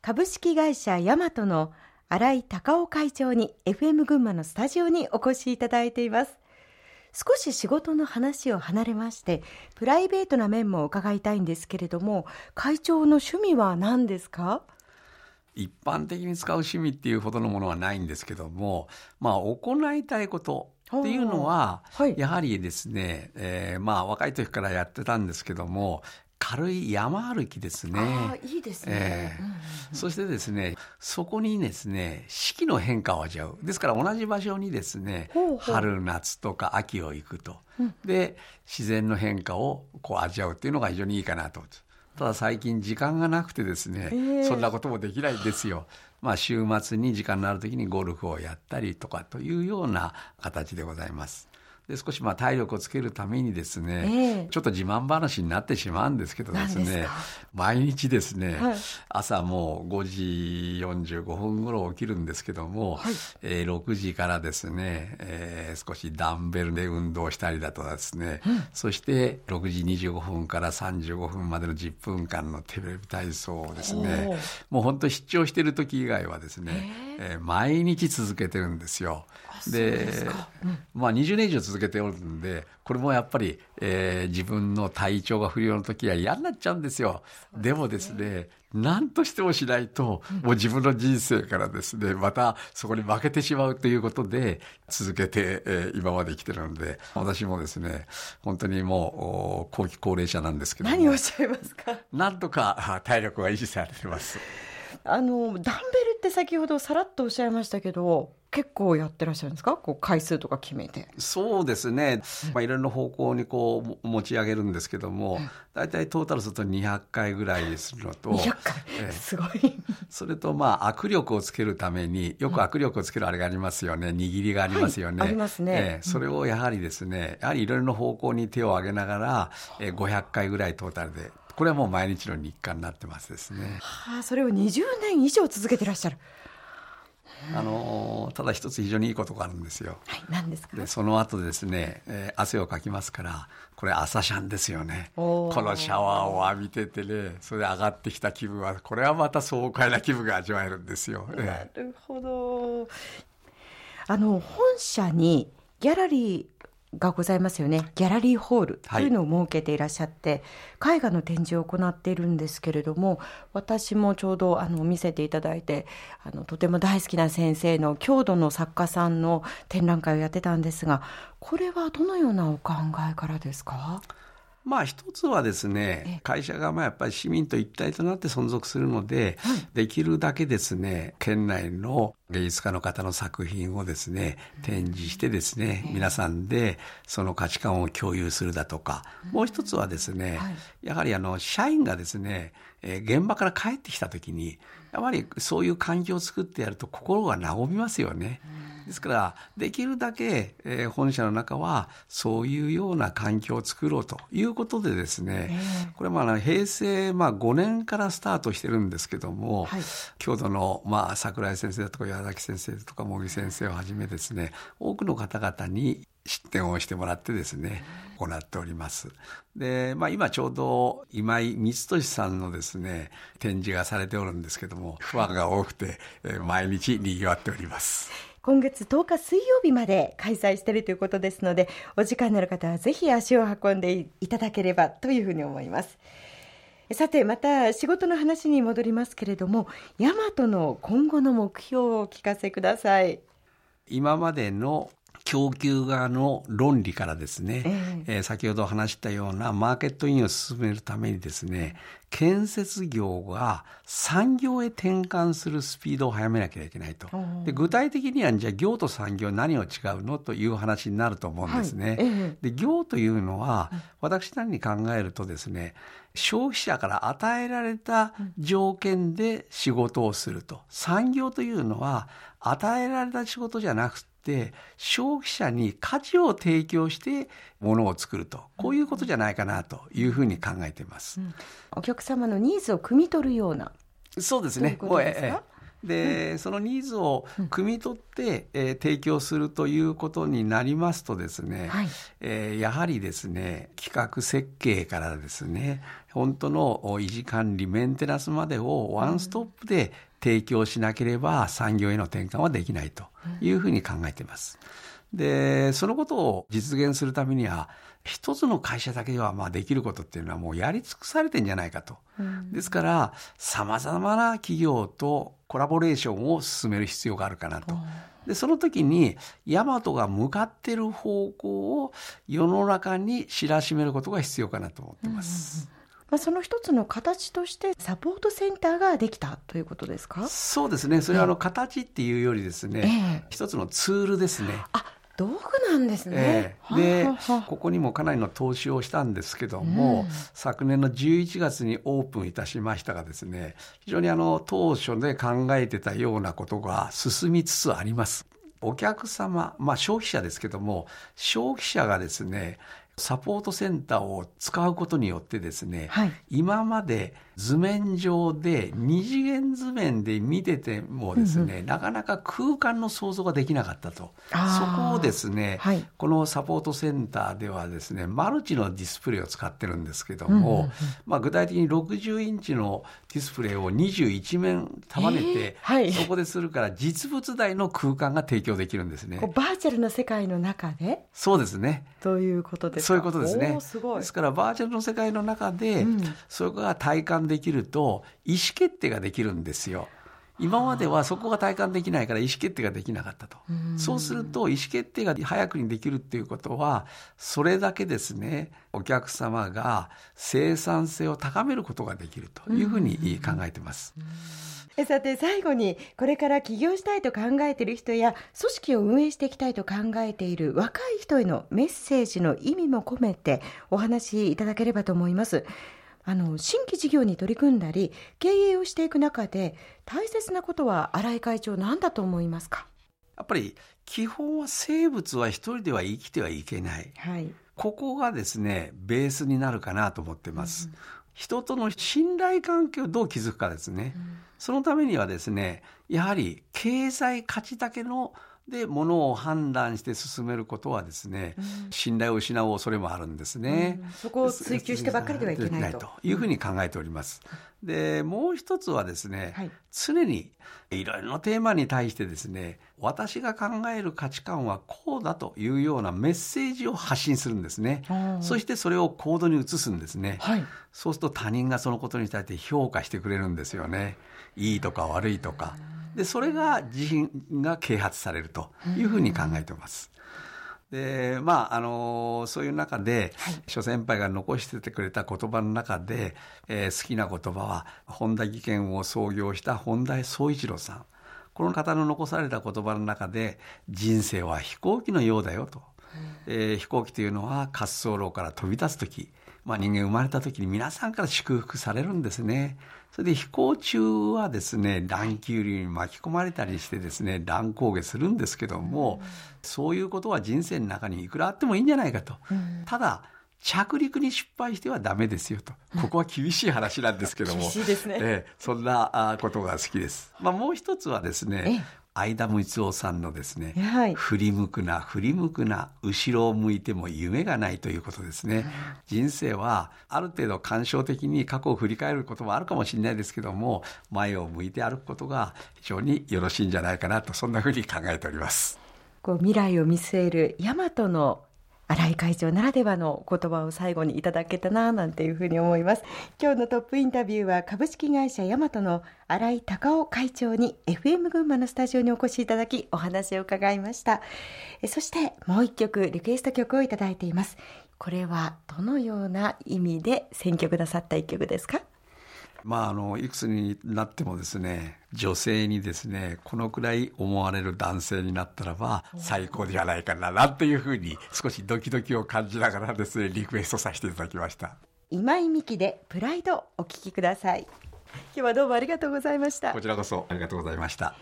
株式会社ヤマトの新井隆夫会長に FM 群馬のスタジオにお越しいただいています。少し仕事の話を離れまして、プライベートな面も伺いたいんですけれども、会長の趣味は何ですか？ 一般的に使う趣味っていうほどのものはないんですけども、行いたいことっていうのは、やはりですね、若い時からやってたんですけども、軽い山歩きですね。 いいですね。 そしてですね、そこにですね、四季の変化を味わう。ですから同じ場所にですね、春夏とか秋を行くと。で、自然の変化を味わうっていうのが非常にいいかなと。ただ最近時間がなくてですね、そんなこともできないんですよ。週末に時間のある時にゴルフをやったりとかというような形でございます。で、少し体力をつけるためにですね、ちょっと自慢話になってしまうんですけどですね、毎日ですね、朝もう5時45分頃起きるんですけども、6時からですね、少しダンベルで運動したりだとかですね、そして6時25分から35分までの10分間のテレビ体操をですね、もう本当出張してる時以外はですね、毎日続けてるんですよ。で、20年以上続けておるんで、これもやっぱり、自分の体調が不良の時は嫌になっちゃうんですよ。でもですね、何としてもしないと、もう自分の人生からですね、またそこに負けてしまうということで、続けて、今まで来てるので、私もですね、本当にもう後期高齢者なんですけども。 何をおっしゃいますか？ なんとか体力は維持されてます。 ダンベルって先ほどさらっとおっしゃいましたけど、結構やってらっしゃるんですか？回数とか決めて。 そうですね。いろんな方向に持ち上げるんですけども、だいたいトータルすると200回ぐらいするのと、 200回、すごい。 それと握力をつけるために、よく握力をつけるあれがありますよね。握りがありますよね。 ありますね。 それをやはりですね、いろいろな方向に手を挙げながら、500回ぐらいトータルで、これはもう毎日の日課になってますですね。 それを20年以上続けてらっしゃる。 ただ一つ非常にいいことがあるんですよ。 何ですか？ で、その後ですね、汗をかきますから、これ朝シャンですよね。このシャワーを浴びててね、それで上がってきた気分は、これはまた爽快な気分が味わえるんですよ。 なるほど。本社にギャラリーがございますよね。ギャラリーホールというのを設けていらっしゃって、絵画の展示を行っているんですけれども、私もちょうど見せていただいて、とても大好きな先生の郷土の作家さんの展覧会をやってたんですが、これはどのようなお考えからですか？ 一つはですね、会社がやっぱり市民と一体となって存続するので、できるだけですね、県内の芸術家の方の作品をですね、展示してですね、皆さんでその価値観を共有するだとか、もう一つはですね、やはり社員がですね、現場から帰ってきたときに、やはりそういう環境を作ってやると心が和みますよね。ですから、できるだけ、本社の中はそういうような環境を作ろうということでですね、これ平成5年からスタートしてるんですけども、郷土の桜井先生だとか矢崎先生とか茂木先生をはじめですね、多くの方々に出展をしてもらってですね、行っております。で、今ちょうど今井光俊さんのですね、展示がされておるんですけども、ファンが多くて、毎日賑わっております。 今月10日水曜日まで開催しているということですので、お時間のある方はぜひ足を運んでいただければというふうに思います。さて、また仕事の話に戻りますけれども、ヤマトの今後の目標をお聞かせください。 今までの供給側の論理からですね、先ほど話したようなマーケットインを進めるためにですね、建設業が産業へ転換するスピードを速めなきゃいけないと。で、具体的にはじゃあ業と産業何を違うのという話になると思うんですね。で、業というのは私なりに考えるとですね、消費者から与えられた条件で仕事をすると。産業というのは与えられた仕事じゃなくて、消費者に価値を提供して物を作ると。こういうことじゃないかなというふうに考えています。 お客様のニーズを汲み取るような。 そうですね。 で、そのニーズを汲み取って、提供するということになりますとですね、はい、やはりですね、企画設計からですね、本当の維持管理メンテナンスまでをワンストップで提供しなければ産業への転換はできないというふうに考えています。で、そのことを実現するためには一つの会社だけではできることっていうのはもうやり尽くされてんじゃないかと。ですから様々な企業とコラボレーションを進める必要があるかなと。で、その時にヤマトが向かっている方向を世の中に知らしめることが必要かなと思っています。 その一つの形としてサポートセンターができたということですか？ そうですね。それは形っていうよりですね、一つのツールですね。 道具なんですね。 で、ここにもかなりの投資をしたんですけども、昨年の11月にオープンいたしましたがですね、非常に当初で考えてたようなことが進みつつあります。お客様、消費者ですけども、消費者がですね、サポートセンターを使うことによってですね、はい、今まで図面上で二次元図面で見ててもですね、なかなか空間の想像ができなかったと。そこをですね、はい、このサポートセンターではですね、マルチのディスプレイを使ってるんですけども、具体的に60インチのディスプレイを21面束ねて、はい、そこでするから実物大の空間が提供できるんですね。 バーチャルの世界の中で？ そうですね。 ということですか？ そういうことですね。 すごい。 ですからバーチャルの世界の中で、それが体感できると意思決定ができるんですよ。今まではそこが体感できないから意思決定ができなかったと。そうすると意思決定が早くにできるっていうことは、それだけですね、お客様が生産性を高めることができるというふうに考えています。 さて最後に、これから起業したいと考えている人や組織を運営していきたいと考えている若い人へのメッセージの意味も込めてお話しいただければと思います。新規事業に取り組んだり経営をしていく中で大切なことは新井会長何だと思いますか？ やっぱり基本は生物は一人では生きてはいけない、はい、ここがですねベースになるかなと思っています。人との信頼関係をどう築くかですね、そのためにはですね、やはり経済価値だけので物を判断して進めることはですね、信頼を失う恐れもあるんですね。 そこを追求してばっかりではいけないというふうに考えております。で、もう一つはですね、はい、常にいろいろなテーマに対してですね、私が考える価値観はこうだというようなメッセージを発信するんですね。そしてそれを行動に移すんですね、はい、そうすると他人がそのことに対して評価してくれるんですよね。いいとか悪いとかで、それが自信が啓発されるというふうに考えています。で、そういう中で、はい、諸先輩が残しててくれた言葉の中で、好きな言葉は本田技研を創業した本田宗一郎さん、この方の残された言葉の中で、人生は飛行機のようだよと、飛行機というのは滑走路から飛び立つとき、人間生まれたときに皆さんから祝福されるんですね。それで飛行中はですね、乱気流に巻き込まれたりしてですね、乱高下するんですけども、そういうことは人生の中にいくらあってもいいんじゃないかと。ただ着陸に失敗してはダメですよと。ここは厳しい話なんですけども、 厳しいですね。 そんなことが好きです。もう一つはですね、相田光雄さんのですね、はい、振り向くな後ろを向いても夢がないということですね。人生はある程度感傷的に過去を振り返ることもあるかもしれないですけども、前を向いて歩くことが非常によろしいんじゃないかなと、そんなふうに考えております。 未来を見据える大和の新井会長ならではの言葉を最後にいただけたななんていうふうに思います。今日のトップインタビューは株式会社大和の新井隆夫会長に FM 群馬のスタジオにお越しいただきお話を伺いました。そしてもう一曲リクエスト曲をいただいています。これはどのような意味で選曲なさった一曲ですか？ いくつになってもですね、女性にですね、このくらい思われる男性になったらば最高ではないかなっていうふうに少しドキドキを感じながらですね、リクエストさせていただきました。 今井美樹でプライド、お聴きください。今日はどうもありがとうございました。 こちらこそありがとうございました。